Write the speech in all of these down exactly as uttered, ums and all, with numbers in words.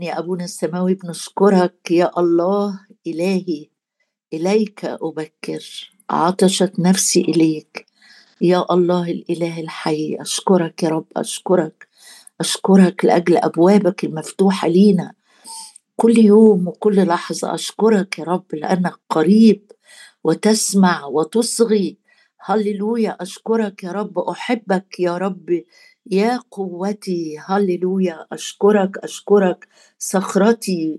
يا أبونا السماوي بنشكرك يا الله إلهي. إليك أبكر، عطشت نفسي إليك يا الله الإله الحي. أشكرك يا رب، أشكرك أشكرك لأجل أبوابك المفتوحة لينا كل يوم وكل لحظة. أشكرك يا رب لأنك قريب وتسمع وتصغي. هللويا. أشكرك يا رب، أحبك يا رب يا قوتي. هللويا. أشكرك أشكرك صخرتي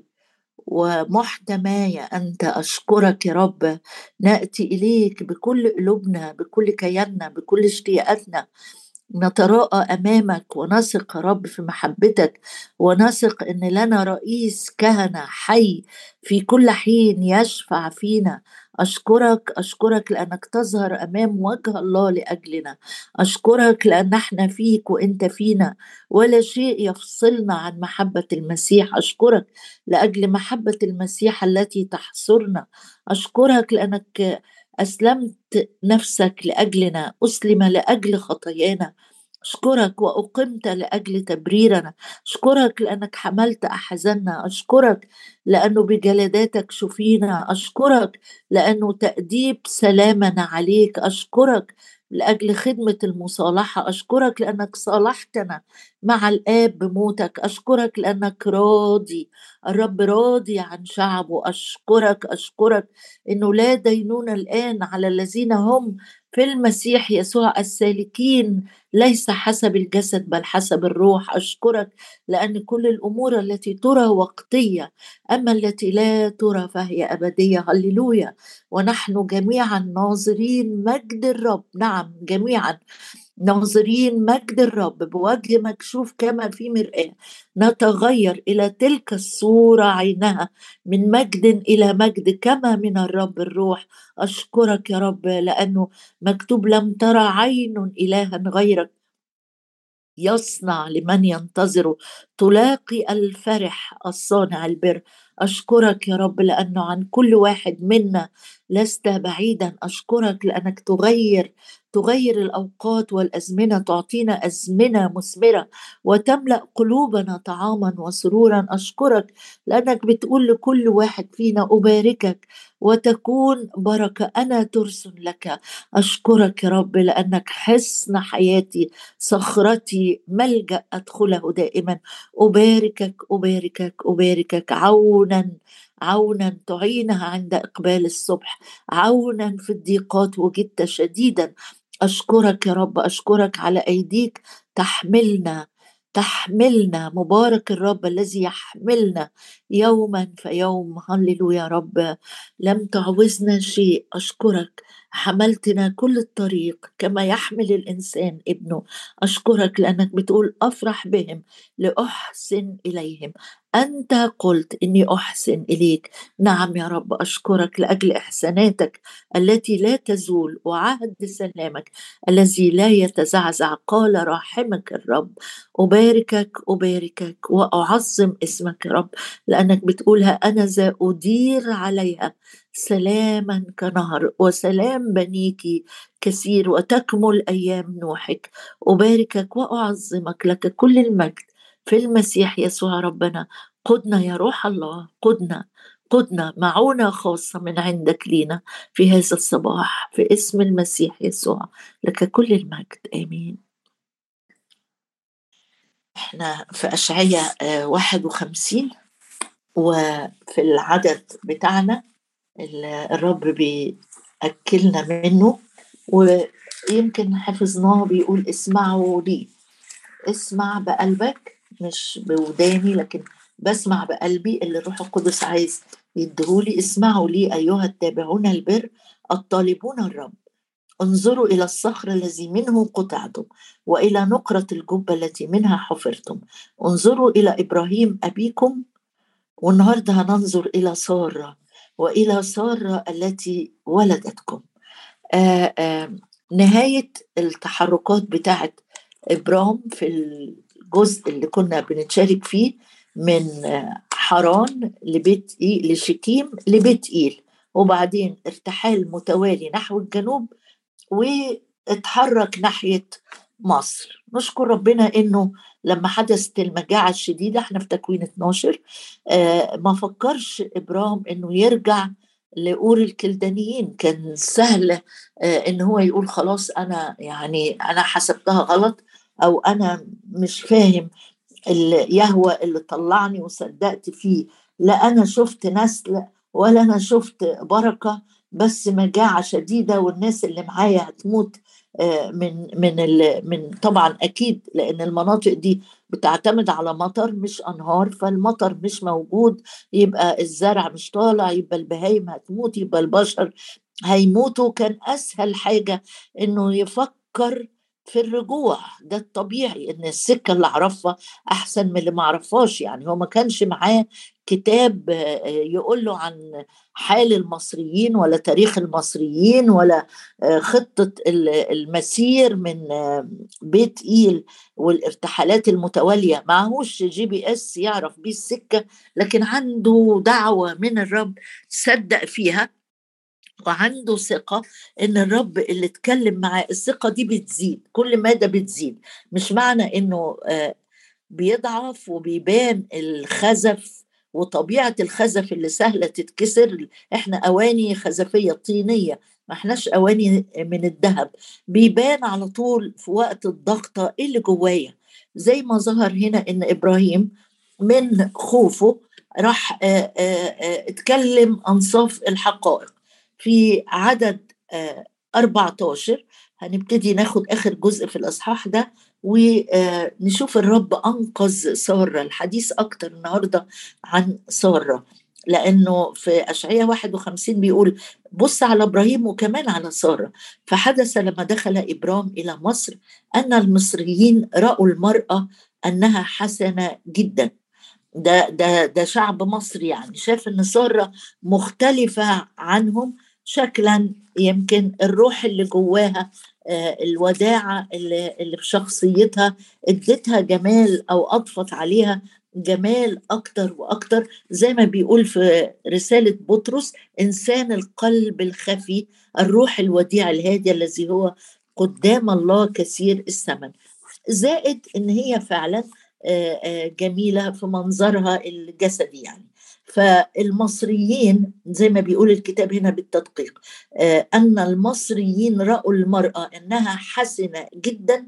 ومحتماي أنت. أشكرك يا رب. نأتي إليك بكل قلوبنا، بكل كياننا، بكل اشتياقاتنا، نتراءى أمامك ونثق يا رب في محبتك، ونثق إن لنا رئيس كهنة حي في كل حين يشفع فينا. أشكرك أشكرك لأنك تظهر أمام وجه الله لأجلنا. أشكرك لأن احنا فيك وإنت فينا، ولا شيء يفصلنا عن محبة المسيح. أشكرك لأجل محبة المسيح التي تحصرنا. أشكرك لأنك أسلمت نفسك لأجلنا، أسلم لأجل خطايانا. أشكرك وأقمت لأجل تبريرنا. أشكرك لأنك حملت أحزاننا. أشكرك لأنه بجلداتك شفينا. أشكرك لأنه تأديب سلامنا عليك. أشكرك لأجل خدمة المصالحة. أشكرك لأنك صالحتنا مع الآب بموتك. أشكرك لأنك راضي، الرب راضي عن شعبه. أشكرك أشكرك إنه لا دينون الآن على الذين هم في المسيح يسوع، السالكين ليس حسب الجسد بل حسب الروح. أشكرك لأن كل الأمور التي ترى وقتية، أما التي لا ترى فهي أبدية. هللويا. ونحن جميعا ناظرين مجد الرب، نعم جميعا ناظرين مجد الرب بوجه مكشوف كما في مرآة، نتغير إلى تلك الصورة عينها، من مجد إلى مجد كما من الرب الروح. أشكرك يا رب لأنه مكتوب لم ترى عين إلها غيرك يصنع لمن ينتظره، تلاقي الفرح الصانع البر. أشكرك يا رب لأنه عن كل واحد منا لست بعيدا. أشكرك لأنك تغير تغير الأوقات والأزمنة، تعطينا أزمنة مثمرة وتملأ قلوبنا طعاما وسرورا. أشكرك لأنك بتقول لكل واحد فينا أباركك وتكون بركة، أنا ترس لك. أشكرك يا رب لأنك حصن حياتي، صخرتي، ملجأ أدخله دائما. أباركك أباركك أباركك، عونا عونا تعينها عند إقبال الصبح، عونا في الضيقات وجدت شديدا. أشكرك يا رب، أشكرك على أيديك تحملنا تحملنا. مبارك الرب الذي يحملنا يوما فيوم. هللويا يا رب. لم تعوزنا شيء. أشكرك حملتنا كل الطريق كما يحمل الإنسان ابنه. أشكرك لأنك بتقول أفرح بهم لأحسن إليهم. أنت قلت إني أحسن إليك. نعم يا رب. أشكرك لأجل إحساناتك التي لا تزول وعهد سلامك الذي لا يتزعزع. قال راحمك الرب. أباركك أباركك وأعظم اسمك يا رب لأنك بتقولها أنا ذا أدير عليها سلاما كنهر، وسلام بنيك كثير، وتكمل أيام نوحك. أباركك وأعظمك، لك كل المجد في المسيح يسوع ربنا. قدنا يا روح الله، قدنا قدنا معونة خاصة من عندك لينا في هذا الصباح في اسم المسيح يسوع. لك كل المجد. آمين. احنا في أشعية واحد وخمسين، وفي العدد بتاعنا الرب بيأكلنا منه ويمكن حفظناه. بيقول اسمعوا لي. اسمع بقلبك مش بوداني، لكن بسمع بقلبي اللي الروح القدس عايز يدهولي. اسمعوا لي أيها التابعون البر الطالبون الرب. انظروا إلى الصخر الذي منه قطعتم، وإلى نقرة الجبة التي منها حفرتم. انظروا إلى إبراهيم أبيكم. والنهاردة هننظر إلى سارة، وإلى سارة التي ولدتكم. آآ آآ نهاية التحركات بتاعت إبرام في الجزء اللي كنا بنتشارك فيه، من حران لبيت إيه لشكيم لبيت إيل، وبعدين ارتحال متوالي نحو الجنوب، واتحرك ناحية مصر. نشكر ربنا إنه لما حدثت المجاعة الشديدة، احنا في تكوين اتناشر، آه ما فكرش إبرام إنه يرجع لأور الكلدانيين. كان سهل آه إن هو يقول خلاص أنا يعني أنا حسبتها غلط، أو أنا مش فاهم اليهوى اللي طلعني وصدقت فيه. لا أنا شفت نسل ولا أنا شفت بركة، بس مجاعة شديدة والناس اللي معايا هتموت. آه، من من ال من طبعا أكيد لأن المناطق دي بتعتمد على مطر مش أنهار، فالمطر مش موجود، يبقى الزرع مش طالع، يبقى البهايم هتموت، يبقى البشر هيموتوا. كان أسهل حاجة إنه يفكر في الرجوع. ده الطبيعي، ان السكه اللي اعرفها احسن من اللي ما اعرفهاش. يعني هو ما كانش معاه كتاب آه، يقول له عن حال المصريين ولا تاريخ المصريين ولا آه، خطه ال- المسير من آه، بيت ايل والارتحالات المتواليه. معهوش جي بي اس يعرف بيه السكه، لكن عنده دعوه من الرب صدق فيها، وعنده ثقة إن الرب اللي اتكلم معاه، الثقة دي بتزيد كل مادة بتزيد. مش معنى إنه آه، بيضعف وبيبان الخزف وطبيعة الخزف اللي سهلة تتكسر. احنا أواني خزفية طينية، ما احناش أواني من الذهب. بيبان على طول في وقت الضغطة إيه اللي جوايا. زي ما ظهر هنا إن إبراهيم من خوفه راح آه، آه، آه، اتكلم أنصاف الحقائق في عدد آه، أربعة عشر. هنبتدي ناخد آخر جزء في الإصحاح ده ونشوف الرب أنقذ سارة. الحديث أكتر النهاردة عن سارة، لأنه في أشعياء واحد وخمسين بيقول بص على إبراهيم وكمان على سارة. فحدث لما دخل إبرام إلى مصر أن المصريين رأوا المرأة أنها حسنة جدا. ده ده ده شعب مصر يعني شاف ان سارة مختلفة عنهم شكلا، يمكن الروح اللي جواها آه، الوداعة اللي, اللي في شخصيتها ادتها جمال او اضفت عليها جمال اكتر واكتر. زي ما بيقول في رسالة بطرس انسان القلب الخفي الروح الوديع الهادي الذي هو قدام الله كثير الثمن. زائد ان هي فعلا آه، آه، جميلة في منظرها الجسدي يعني. فالمصريين زي ما بيقول الكتاب هنا بالتدقيق آه، أن المصريين رأوا المرأة أنها حسنة جدا،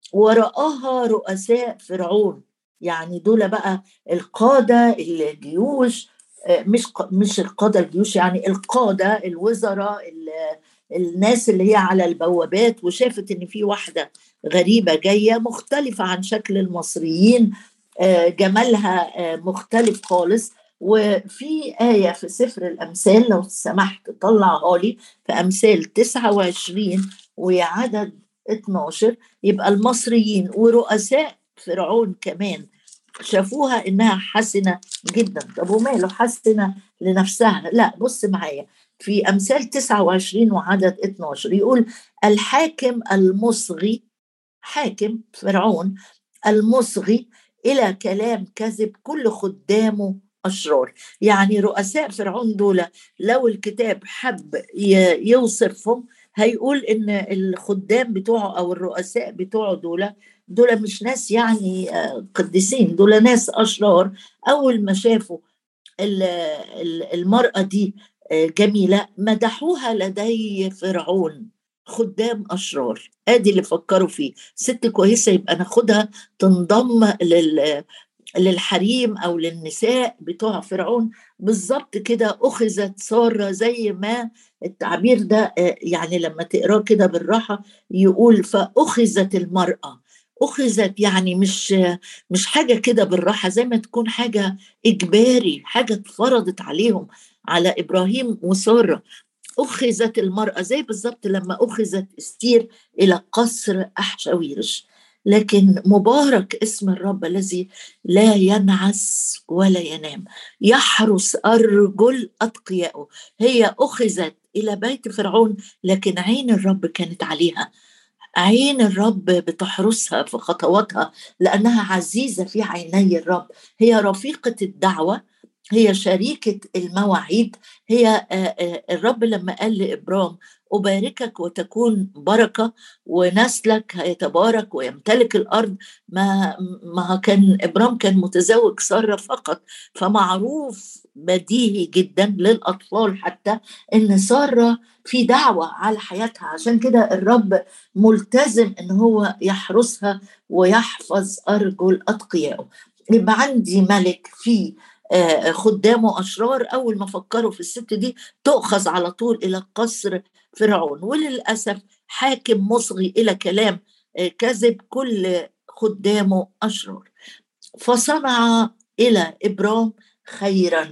ورآها رؤساء فرعون. يعني دول بقى القادة الجيوش، آه، مش ق- مش القادة الجيوش، يعني القادة الوزراء ال- الناس اللي هي على البوابات، وشافت ان في واحدة غريبة جاية مختلفة عن شكل المصريين، آه، جمالها آه، مختلف خالص. وفي آية في سفر الأمثال لو سمحت طلعها لي، في أمثال تسعة وعشرين وعدد اتناشر. يبقى المصريين ورؤساء فرعون كمان شافوها إنها حسنة جدا. طب وماله حسنة لنفسها؟ لا بص معايا في أمثال تسعة وعشرين وعدد اتناشر يقول الحاكم المصغي، حاكم فرعون المصغي إلى كلام كذب كل خدامه أشرار. يعني رؤساء فرعون دول لو الكتاب حب ي- يوصفهم هيقول إن الخدام بتوعه أو الرؤساء بتوعه دول دول مش ناس يعني آه، قديسين، دول ناس أشرار. أول ما شافوا ال- ال- المرأة دي آه، جميلة مدحوها لدي فرعون. خدام أشرار، ادي اللي فكروا فيه. ست كويسة يبقى ناخدها تنضم لل للحريم او للنساء بتوع فرعون. بالظبط كده اخذت ساره زي ما التعبير ده آه، يعني لما تقراه كده بالراحه يقول فاخذت المراه. اخذت يعني مش مش حاجه كده بالراحه، زي ما تكون حاجه اجباري، حاجه اتفرضت عليهم على ابراهيم وساره. أخذت المرأة زي بالضبط لما أخذت استير إلى قصر أحشاويرش. لكن مبارك اسم الرب الذي لا ينعس ولا ينام، يحرس أرجل أتقيائه. هي أخذت إلى بيت فرعون لكن عين الرب كانت عليها، عين الرب بتحرسها في خطواتها لأنها عزيزة في عيني الرب. هي رفيقة الدعوة هي شريكة المواعيد. هي آآ آآ الرب لمّا قال لإبرام: أباركك وتكون بركة ونسلك هيتبارك ويمتلك الأرض. ما ما هو كان إبرام كان متزوج سارة فقط، فمعروف بديهي جدًا للأطفال حتى إن سارة في دعوة على حياتها، عشان كده الرب ملتزم إن هو يحرسها ويحفظ أرجل أتقيائه. يبقى عندي ملك فيه آآ خُدّامه أشرار، أول ما فكّروا في الست دي تؤخذ على طول إلى قصر فرعون، وللأسف حاكم مُصغي إلى كلام آآ كذب، كل خُدّامه أشرار. فصنع إلى إبرام خيرًا،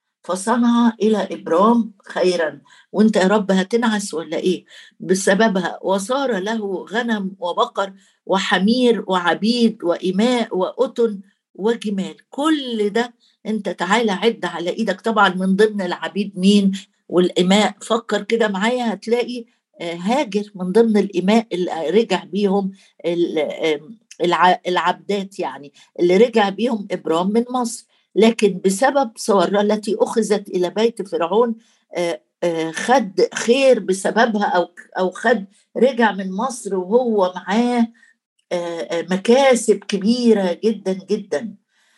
فصنع إلى إبرام خيرًا. وأنت يا رب هتنعس والّا إيه؟ بسببها وصار له غنم وبقر وحمير وعبيد وإماء وأُتُن وجمال. كل ده أنت تعالَ عِد على إيدك. طبعًا من ضمن العبيد مين والإماء؟ فكّر كده معايا هتلاقي آآ هاجر من ضمن الإماء اللي رجع بيهم ال آمم الع العبدات يعني، اللي رجع بيهم إبرام من مصر. لكن بسبب سارة التي أخذت إلى بيت فرعون آآ آآ خَد خير بسببها، أو أو خَد رجع من مصر وهو معاه آآ مكاسب كبيرة جدًا، جدًا.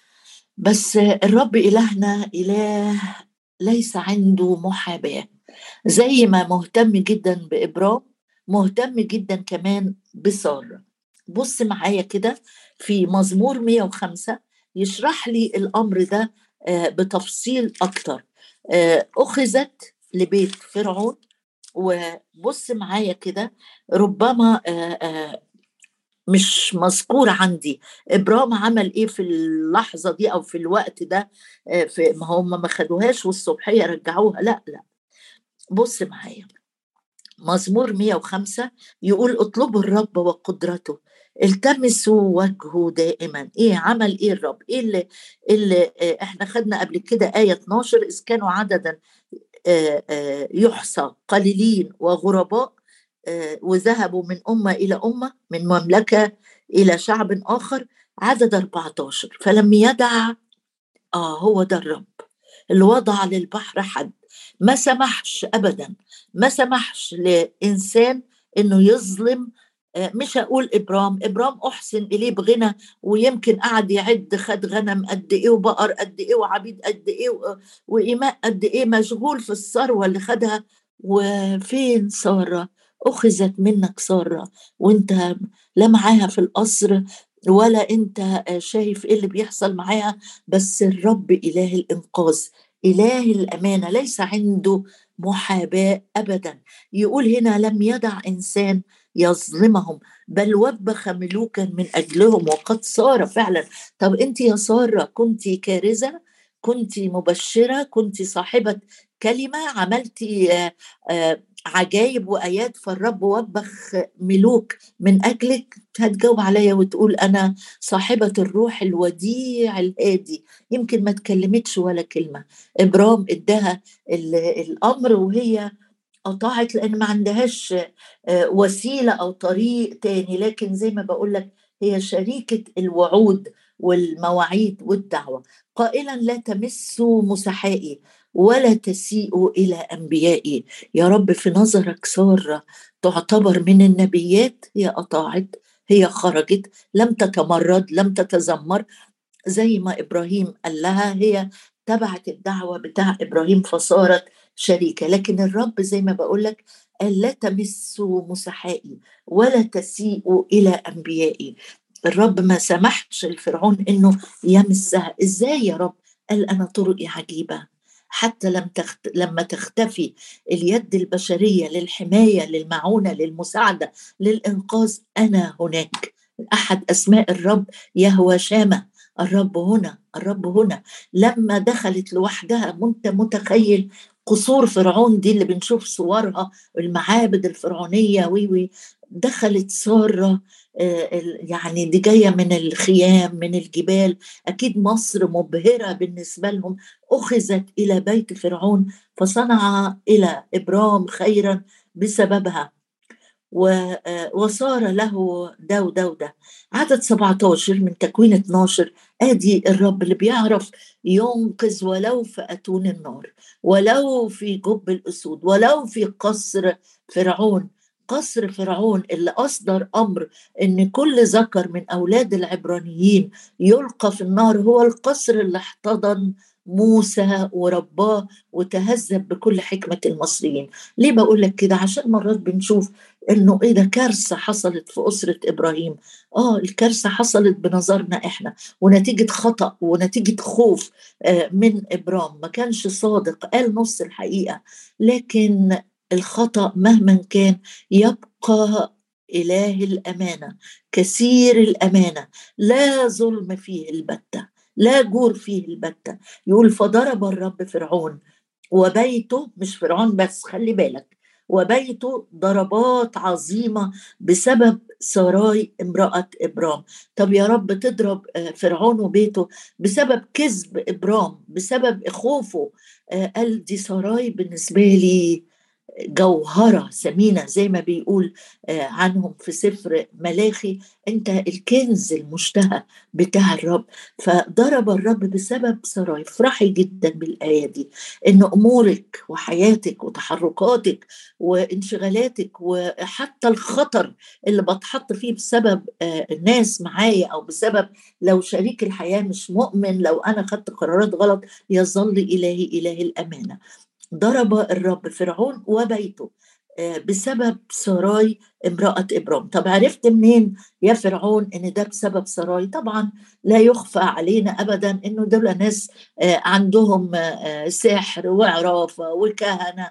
بس الرب إلهنا إله ليس عنده محاباة. زي ما مهتم جدًا بإبرام، مهتم جدًا كمان بسارة. بُص معايا كده في مزمور مية وخمسة يشرح لي الأمر ده آآ بتفصيل أكتر. آآ أُخِذت لبيت فرعون. وبُص معايا كده، ربما آآ آآ مش مذكور عندي إبرام عمل إيه في اللحظة دي أو في الوقت ده. آآ في ما هم ما خدوهاش والصبحية رجعوها، لأ، لأ. بُص معايا، مزمور مية وخمسة يقول: اطلبوا الرب وقدرته، التمسوا وجهه دائما. ايه عمل ايه الرب؟ ايه اللي, اللي آه، احنا خدنا قبل كده آية اتناشر: اذ كانوا عددا آه، آه، يحصى قليلين وغرباء، آه، وذهبوا من أمة إلى أمة، من مملكة إلى شعب آخر. عدد أربعتاشر: فلم يدع. آه هو ده الرب اللي وضع للبحر حد، ما سمحش أبدا، ما سمحش لإنسان إنه يظلم. آه، مش هقول إبرام، إبرام أحسن إليه بغنى، ويمكن قعد يعد خد غنم قد إيه وبقر قد إيه وعبيد قد إيه و- وإماء قد إيه، مشغول في الثروة اللي خدها. وفين سارة؟ أخذت منك سارة وانت لا معاها في القصر، ولا انت آه، شايف ايه اللي بيحصل معاها. بس الرب إله الإنقاذ، إله الأمانة، ليس عنده محاباة أبدا. يقول هنا: لم يدع إنسان يظلمهم، بل وبخ ملوكا من أجلهم وقد صار فعلا. طب أنت يا سارة كنت كارزة، كنت مبشرة، كنت صاحبة كلمة، عملتي آه، آه، عجائب وآيات، فالرب وبخ ملوك من أجلك. هتجاوب عليا وتقول: أنا صاحبة الروح الوديع الهادي. يمكن ما اتكلمتش ولا كلمة، إبرام اداها ال- الأمر وهي قطعت، لأن ما عندهاش آه، وسيلة أو طريق تاني. لكن زي ما بقول لك، هي شريكة الوعود والمواعيد والدعوة، قائلا: لا تمسوا مسحائي ولا تسيئوا إلى أنبيائي. يا رب في نظرك سارة تعتبر من النبيات، هي أطاعت، هي خرجت، لم تتمرد، لم تتذمر زي ما إبراهيم قال لها. هي تبعت الدعوة بتاع إبراهيم فصارت شريكة. لكن الرب زي ما بقولك قال: لا تمسوا مسحائي ولا تسيئوا إلى أنبيائي. الرب ما سمحش لفرعون إنه يمسها. إزاي يا رب؟ قال: أنا طرقي عجيبة، حتى لم تخت... لما تختفي اليد البشرية للحماية للمعونة للمساعدة للإنقاذ، أنا هناك. أحد أسماء الرب يهوى شامة. الرب هنا، الرب هنا. لما دخلت لوحدها، انت متخيل قصور فرعون دي اللي بنشوف صورها، المعابد الفرعونية وي وي دخلت سارة آه، ال- يعني دي جاية من الخيام من الجبال، أكيد مصر مبهرة بالنسبة لهم. أخذت إلى بيت فرعون، فصنع إلى إبرام خيرا بسببها. وصار له ده وده وده. عدد سبعتاشر من تكوين اتناشر، ادي الرب اللي بيعرف ينقذ ولو في اتون النار، ولو في جب الاسود، ولو في قصر فرعون. قصر فرعون اللي اصدر امر ان كل ذكر من اولاد العبرانيين يلقى في النار، هو القصر اللي احتضن موسى ورباه وتهذب بكل حكمة المصريين. ليه بقول لك كده؟ عشان مرات بنشوف انه ايه ده، كارثة حصلت في أسرة إبراهيم. اه الكارثة حصلت بنظرنا احنا، ونتيجة خطأ ونتيجة خوف آه من إبرام، ما كانش صادق، قال نص الحقيقة. لكن الخطأ مهما كان يبقى إله الأمانة، كثير الأمانة، لا ظلم فيه البتة، لا جور فيه البتة. يقول فضرب الرب فرعون وبيته، مش فرعون بس، خلي بالك، وبيته ضربات عظيمة بسبب سراي امرأة إبرام. طب يا رب تضرب فرعون وبيته بسبب كذب إبرام، بسبب خوفه؟ قال دي سراي بالنسبة لي جوهرة ثمينة، زي ما بيقول عنهم في سفر ملاخي، انت الكنز المشتهى بتاع الرب. فضرب الرب بسبب سراي. افرحي جدا بالآية دي، ان امورك وحياتك وتحركاتك وانشغالاتك وحتى الخطر اللي بتحط فيه بسبب الناس معايا، او بسبب لو شريك الحياة مش مؤمن، لو انا خدت قرارات غلط، يظل إلهي إله الأمانة. ضرب الرب فرعون وبيته بسبب سراي امرأة إبرام. طب عرفت منين يا فرعون ان ده بسبب سراي؟ طبعا لا يخفى علينا ابدا انه دول ناس عندهم سحر وعرافة وكهنة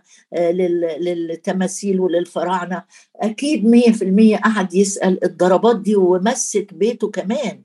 للتماثيل وللفراعنة. اكيد مية في المية قعد يسأل الضربات دي ومست بيته كمان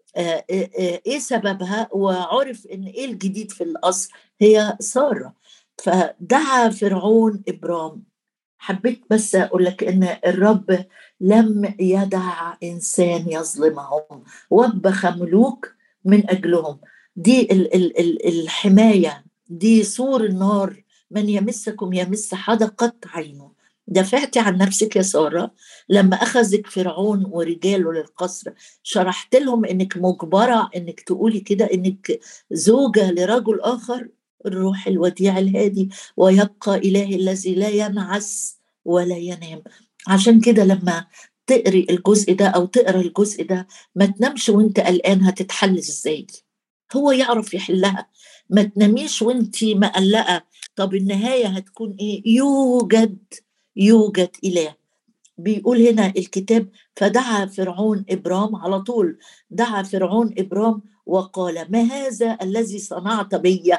ايه سببها، وعرف ان ايه الجديد في القصر، هي سارة. فدعا فرعون إبرام. حبيت بس أقول لك إن الرب لم يدع إنسان يظلمهم، وبخ ملوك من أجلهم. دي ال ال ال الحماية، دي سور النار، من يمسكم يمس حدقة عينه. دافعتي عن نفسك يا سارة لما أخذك فرعون ورجاله للقصر، شرحت لهم إنك مجبرة إنك تقولي كده، إنك زوجة لرجل آخر، الروح الوديع الهادي، ويبقى إله الذي لا ينعس ولا ينام. عشان كده لما تقري الجزء ده أو تقرأ الجزء ده، ما تنامش وانت قلقان هتتحل ازاي، هو يعرف يحلها. ما تناميش وانت مقلقة طب النهاية هتكون ايه، يوجد يوجد إله. بيقول هنا الكتاب فدعا فرعون إبرام، على طول دعا فرعون إبرام وقال ما هذا الذي صنعت بي.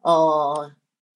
آه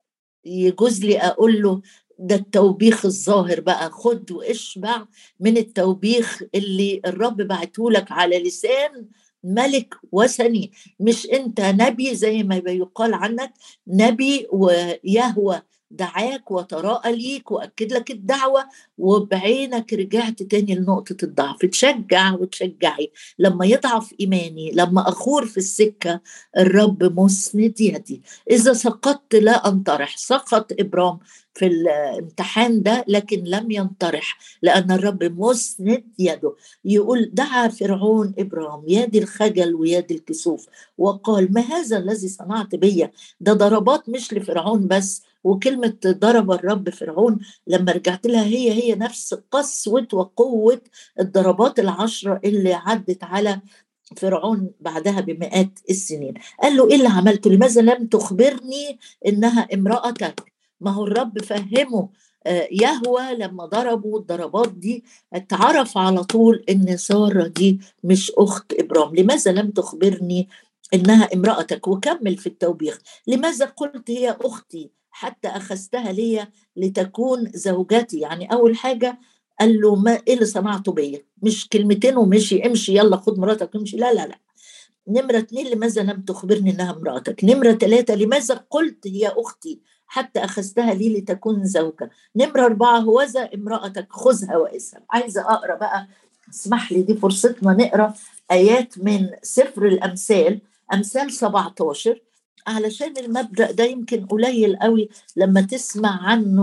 يجوز لي أقول له ده التوبيخ الظاهر بقى، خد واشبع من التوبيخ اللي الرب بعته لك على لسان ملك وثني. مش انت نبي زي ما بيقال عنك نبي، ويهوى دعاك وتراءى ليك وأكد لك الدعوة، وبعينك رجعت تاني لنقطة الضعف. تشجع وتشجعي لما يضعف إيماني، لما أخور في السكة، الرب مسند يدي. إذا سقطت لا أنطرح. سقط إبرام في الامتحان ده لكن لم ينطرح، لأن الرب مسند يده. يقول دعا فرعون إبرام يد الخجل ويد الكسوف وقال ما هذا الذي صنعت بي. ده ضربات مش لفرعون بس، وكلمة ضرب الرب فرعون لما رجعت لها هي هي نفس قسوة وقوة الضربات العشرة اللي عدت على فرعون بعدها بمئات السنين. قال له إيه اللي عملته؟ لماذا لم تخبرني إنها امرأتك؟ ما هو الرب فهمه يهوى لما ضربوا الضربات دي، اتعرف على طول إن سارة دي مش أخت إبرام. لماذا لم تخبرني إنها امرأتك؟ وكمل في التوبيخ لماذا قلت هي أختي حتى أخذتها لي لتكون زوجتي. يعني أول حاجة قال له ما ايه اللي صنعته بيا، مش كلمتين ومشي امشي يلا خد مراتك امشي، لا لا لا. نمرة اتنين لماذا لم تخبرني انها مراتك. نمرة تلاتة لماذا قلت هي اختي حتى اخذتها لي لتكون زوجة. نمرة اربعة هوذا امرأتك خذها واسهب. عايزة اقرأ بقى، اسمح لي دي فرصتنا نقرأ ايات من سفر الامثال، امثال سبعتاشر، علشان المبدأ ده يمكن قليل قوي لما تسمع عنه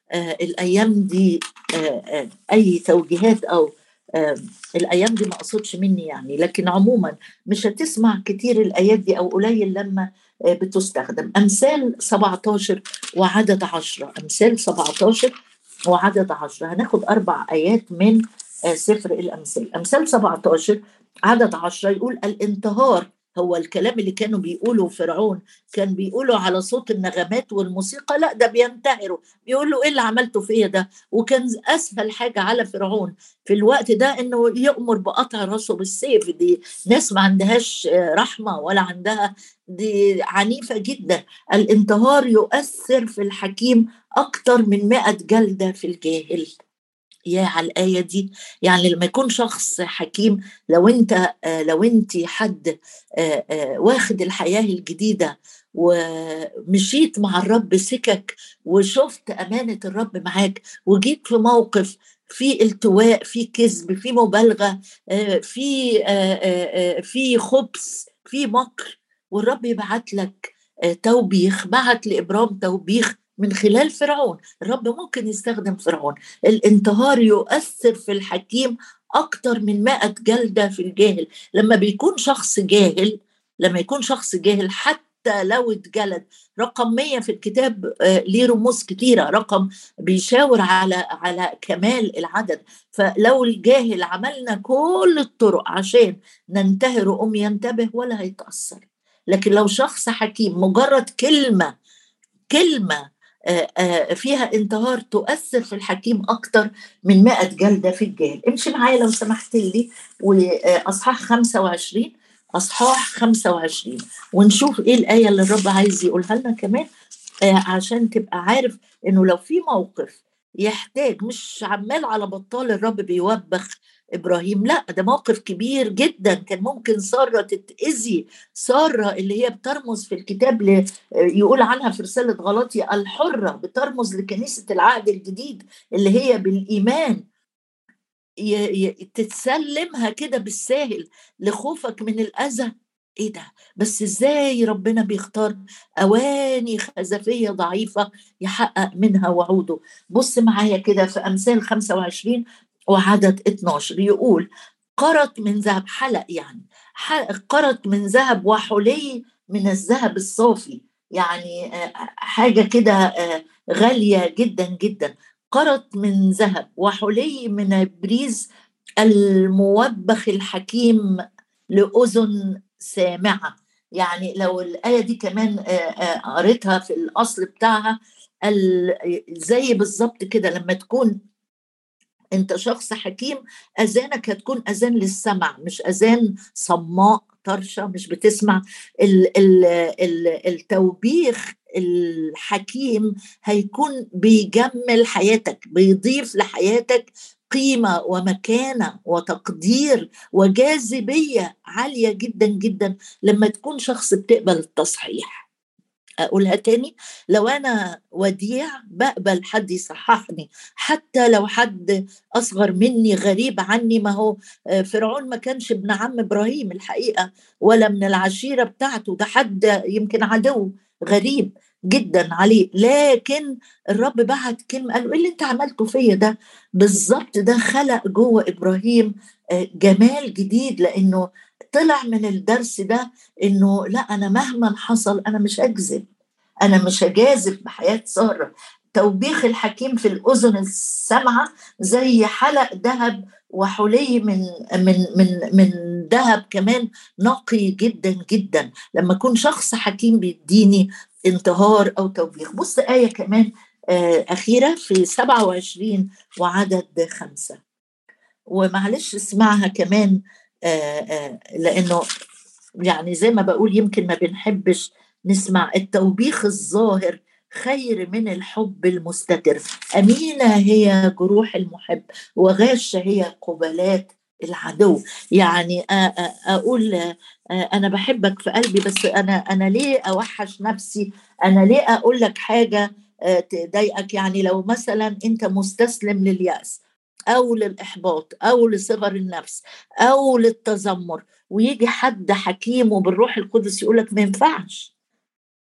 آه الأيام دي آه آه أي توجيهات أو آه الأيام دي ما أقصدش مني يعني، لكن عموما مش هتسمع كتير الآيات دي أو قليل لما آه بتستخدم. أمثال سبعتاشر وعدد عشرة، أمثال سبعتاشر وعدد عشرة، هناخد أربع آيات من آه سفر الأمثال. أمثال سبعتاشر عدد عشرة يقول الانتهار، هو الكلام اللي كانوا بيقولوا فرعون كان بيقولوا على صوت النغمات والموسيقى، لا ده بينتحروا، بيقولوا ايه اللي عملته فيا ده. وكان اسهل حاجه على فرعون في الوقت ده انه يأمر بقطع راسه بالسيف. دي ناس ما عندهاش رحمه ولا عندها، دي عنيفه جدا. الانتهار يؤثر في الحكيم اكتر من مئة جلده في الجاهل. يا على الآية دي، يعني لما يكون شخص حكيم، لو انت آه لو انت حد آه آه واخد الحياة الجديدة ومشيت مع الرب سكك وشفت أمانة الرب معاك، وجيت في موقف في التواء، في كذب، في مبالغة، آه في آه آه في خبث، في مكر، والرب يبعت لك آه توبيخ. بعت لإبرام توبيخ من خلال فرعون. الرب ممكن يستخدم فرعون. الانتهار يؤثر في الحكيم أكتر من مئة جلدة في الجاهل. لما بيكون شخص جاهل، لما يكون شخص جاهل حتى لو اتجلد، رقم مية في الكتاب آه ليه رموز كتيرة، رقم بيشاور على على كمال العدد. فلو الجاهل عملنا كل الطرق عشان ننتهر أم ينتبه ولا هيتأثر. لكن لو شخص حكيم مجرد كلمة كلمة فيها انتهار تؤثر في الحكيم أكتر من مئة جلدة في الجاهل. امشي معايا لو سمحت لي وأصحاح خمسة وعشرين، أصحاح خمسة وعشرين، ونشوف إيه الآية اللي الرب عايز يقولها لنا كمان، عشان تبقى عارف إنه لو في موقف يحتاج، مش عمال على بطال الرب بيوبخ إبراهيم، لا ده موقف كبير جدا. كان ممكن سارة تتأذي، سارة اللي هي بترمز في الكتاب ل... يقول عنها في رسالة غلاطية الحرة، بترمز لكنيسة العهد الجديد اللي هي بالإيمان، ي... ي... تتسلمها كده بالساهل لخوفك من الأذى. ايه ده؟ بس ازاي ربنا بيختار اواني خزفيه ضعيفه يحقق منها وعوده. بص معايا كده في امثال خمسة وعشرين وعدد اتناشر يقول قرط من ذهب، حلق يعني، قرط من ذهب وحلي من الذهب الصافي، يعني حاجه كده غاليه جدا جدا. قرط من ذهب وحلي من ابريز، الموبخ الحكيم لأذن سامعة. يعني لو الآية دي كمان قريتها في الأصل بتاعها، زي بالظبط كده لما تكون انت شخص حكيم، اذانك هتكون اذان للسمع، مش اذان صماء طرشه مش بتسمع. ال ال ال التوبيخ الحكيم هيكون بيجمل حياتك، بيضيف لحياتك قيمه ومكانه وتقدير وجاذبيه عاليه جدا جدا لما تكون شخص بتقبل التصحيح. أقولها تاني، لو أنا وديع بقبل حد يصححني، حتى لو حد أصغر مني غريب عني. ما هو فرعون ما كانش ابن عم إبراهيم الحقيقة، ولا من العشيرة بتاعته، ده حد يمكن عدو غريب جدا عليه، لكن الرب بعت كلمة قال له إيه اللي انت عملته فيا ده بالظبط. ده خلق جوه إبراهيم جمال جديد، لأنه طلع من الدرس ده إنه لا، أنا مهما حصل أنا مش أكذب، أنا مش هجازف بحياة سارة. توبيخ الحكيم في الأذن السامعة زي حلق ذهب وحلي من من من من ذهب كمان نقي جدا جدا. لما أكون شخص حكيم بيديني انتهار أو توبيخ. بص آية كمان آه أخيرة في سبعة وعشرين وعدد خمسة، ومعلش اسمعها كمان آه آه لأنه يعني زي ما بقول يمكن ما بنحبش نسمع. التوبيخ الظاهر خير من الحب المستتر، أمينة هي جروح المحب وغاشة هي قبلات العدو. يعني أقول أنا بحبك في قلبي، بس أنا أنا ليه أوحش نفسي؟ أنا ليه أقول لك حاجة تضايقك؟ يعني لو مثلا أنت مستسلم لليأس أو للإحباط أو لصغر النفس أو للتذمر، ويجي حد حكيم وبالروح القدس يقولك ما ينفعش،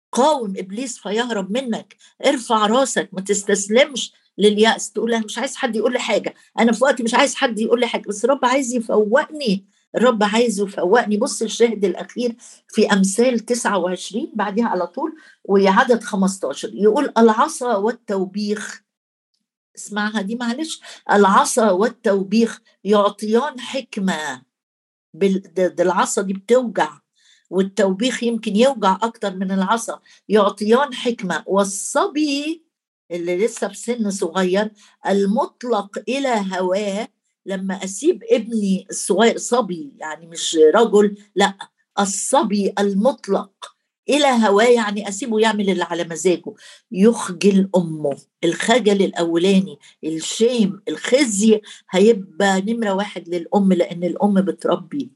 قاوم إبليس فيهرب منك. ارفع راسك، ما تستسلمش لليأس، تقول أنا مش عايز حد يقول لي حاجة، أنا في وقت مش عايز حد يقول لي حاجة، بس الرب عايز يفوقني. الرب عايز يفوقني. بص الشاهد الأخير في أمثال تسعة وعشرين بعدها على طول، وعدد خمستاشر يقول العصا والتوبيخ. اسمعها دي معلش. العصا والتوبيخ يعطيان حكمة. بال... ده ده العصا دي بتوجع، والتوبيخ يمكن يوجع أكتر من العصا. يعطيان حكمة، والصبي اللي لسه في سن صغير المطلق إلى هواه. لما أسيب ابني الصغير، صبي يعني مش رجل، لا، الصبي المطلق إلى هواه يعني أسيبه يعمل اللي على مزاجه، يخجل أمه. الخجل الأولاني، الشيم، الخزي، هيبقى نمرة واحد للأم، لأن الأم بتربي.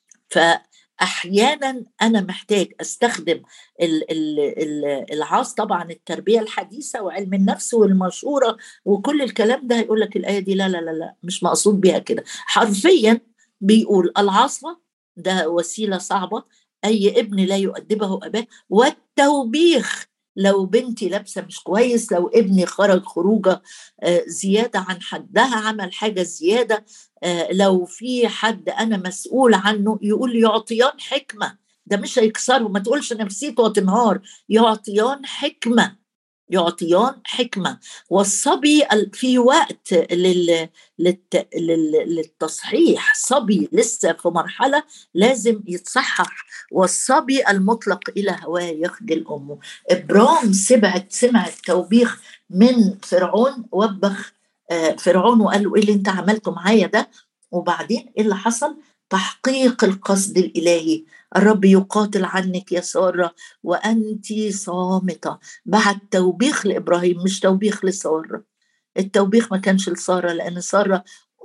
فأحيانا أنا محتاج أستخدم ال- ال- ال- العاص. طبعا التربية الحديثة وعلم النفس والمشورة وكل الكلام ده هيقول لك الآية دي لا لا لا لا، مش مقصود بيها كده حرفيا. بيقول العصا ده وسيلة صعبة، أي ابن لا يؤدبه أباه، والتوبيخ لو بنتي لابسة مش كويس، لو ابني خرج خروجة آه، زيادة عن حدها، عمل حاجة زيادة، آه، لو في حد أنا مسؤول عنه، يقول يعطيان حكمة. ده مش هيكسره، ما تقولش نفسيته وتنهار. يعطيان حكمة، يعطيان حكمة. والصبي ال- في وقت لل... للت... لل... للتصحيح. صبي لسه في مرحلة لازم يتصحح. والصبي المطلق إلى هواه يخجل أمه. إبرام سمعت سمع التوبيخ من فرعون، وبخ آه، فرعون وقال له إيه اللي أنت عملته معايا ده؟ وبعدين إيه اللي حصل؟ تحقيق القصد الإلهي. الرب يقاتل عنك يا سارة وأنت صامتة. بعد توبيخ لإبراهيم، مش توبيخ لسارة. التوبيخ ما كانش لسارة، لأن سارة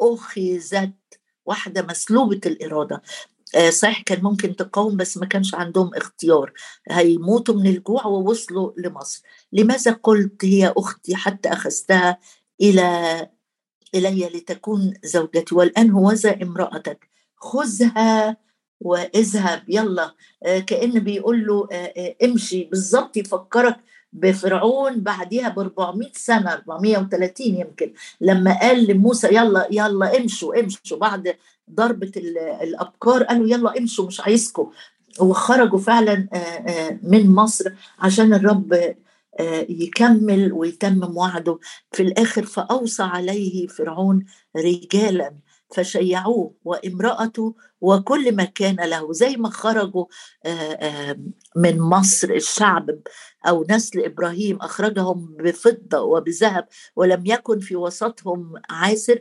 أخذت واحدة مسلوبة الإرادة. آه صحيح كان ممكن تقاوم، بس ما كانش عندهم اختيار. هيموتوا من الجوع ووصلوا لمصر. لماذا قلت هي أختي حتى أخذتها إلى إلي لتكون زوجتي، والآن هوذا امرأتك، خذها واذهب يلا. آه، كأن بيقول له آه، آه، امشي. بالظبط يفكرك بفرعون بعديها ب أربعمائة سنة، أربعمائة وثلاثين يمكن، لما قال لموسى يلا يلا امشوا امشوا بعد ضربة ال- الأبكار، قالوا يلا امشوا مش عايزكم. وخرجوا فعلا آه، آه، من مصر عشان الرب آه، يكمل ويتمم وعده في الآخر. فأوصى عليه فرعون رجالا فشيعوه وامرأته وكل ما كان له. زي ما خرجوا آه، آه، من مصر الشعب أو نسل إبراهيم، أخرجهم بفضة وبذهب ولم يكن في وسطهم عاسر،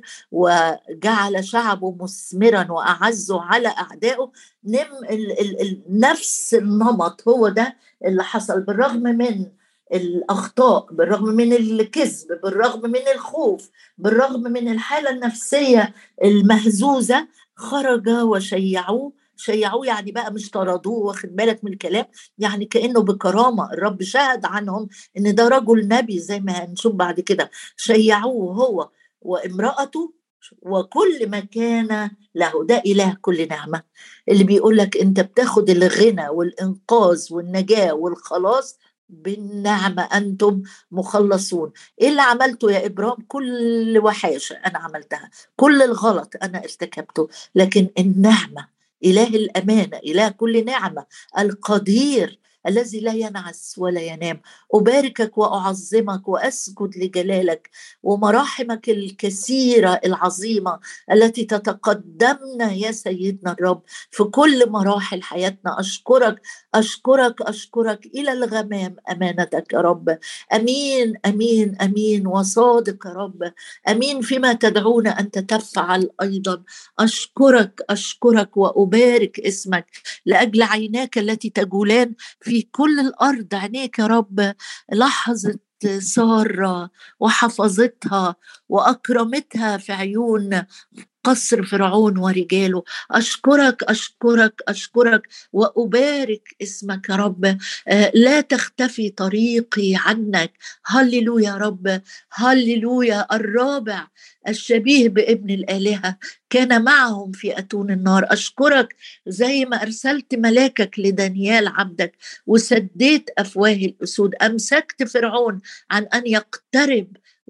وجعل شعبه مثمرا وأعزه على أعدائه. نم ال ال ال نفس النمط هو ده اللي حصل، بالرغم من الأخطاء، بالرغم من الكذب، بالرغم من الخوف، بالرغم من الحالة النفسية المهزوزة. خرج وشيعوه. شيعوه يعني بقى مش طردوه، واخد بالك من الكلام؟ يعني كأنه بكرامة الرب شهد عنهم إن ده رجل نبي زي ما هنشوف بعد كده. شيعوه هو وامرأته وكل ما كان له. ده إله كل نعمة، اللي بيقول لك أنت بتاخد الغنى والإنقاذ والنجاة والخلاص بالنعمة، أنتم مخلصون. إيه اللي عملته يا إبرام؟ كل وحاشة أنا عملتها، كل الغلط أنا ارتكبته، لكن النعمة، إله الأمانة، إله كل نعمة، القدير الذي لا ينعس ولا ينام، أباركك وأعظمك وأسجد لجلالك ومراحمك الكثيرة العظيمة التي تتقدمنا يا سيدنا الرب في كل مراحل حياتنا. أشكرك أشكرك أشكرك إلى الغمام أمانتك يا رب. أمين أمين أمين وصادق يا رب. أمين فيما تدعونا أنت تفعل أيضا. أشكرك أشكرك وأبارك اسمك لأجل عيناك التي تجولان في كل الأرض. عينيك يا رب لحظة سارة وحفظتها وأكرمتها في عيون قصر فرعون ورجاله. أشكرك أشكرك أشكرك وأبارك اسمك يا رب. آه، لا تختفي طريقي عنك. هللويا يا رب. هللويا. الرابع الشبيه بابن الآلهة كان معهم في أتون النار. أشكرك زي ما أرسلت ملاكك لدانيال عبدك وسديت أفواه الأسود، أمسكت فرعون عن أن يقترب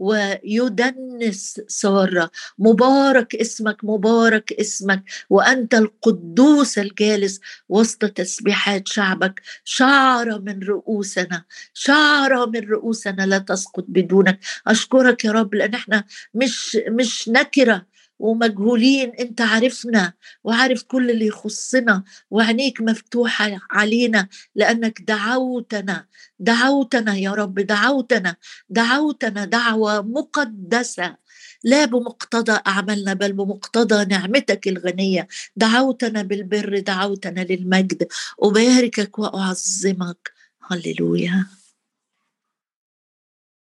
ويدنس سارة. مبارك اسمك مبارك اسمك، وأنت القدوس الجالس وسط تسبيحات شعبك. شعرة من رؤوسنا، شعرة من رؤوسنا لا تسقط بدونك. أشكرك يا رب لأن احنا مش مش نكرة ومجهولين، انت عارفنا وعارف كل اللي يخصنا، وعينيك مفتوحة علينا لأنك دعوتنا. دعوتنا يا رب، دعوتنا دعوتنا دعوة مقدسة، لا بمقتضى أعمالنا بل بمقتضى نعمتك الغنية. دعوتنا بالبر، دعوتنا للمجد. أباركك وأعظمك. هللويا.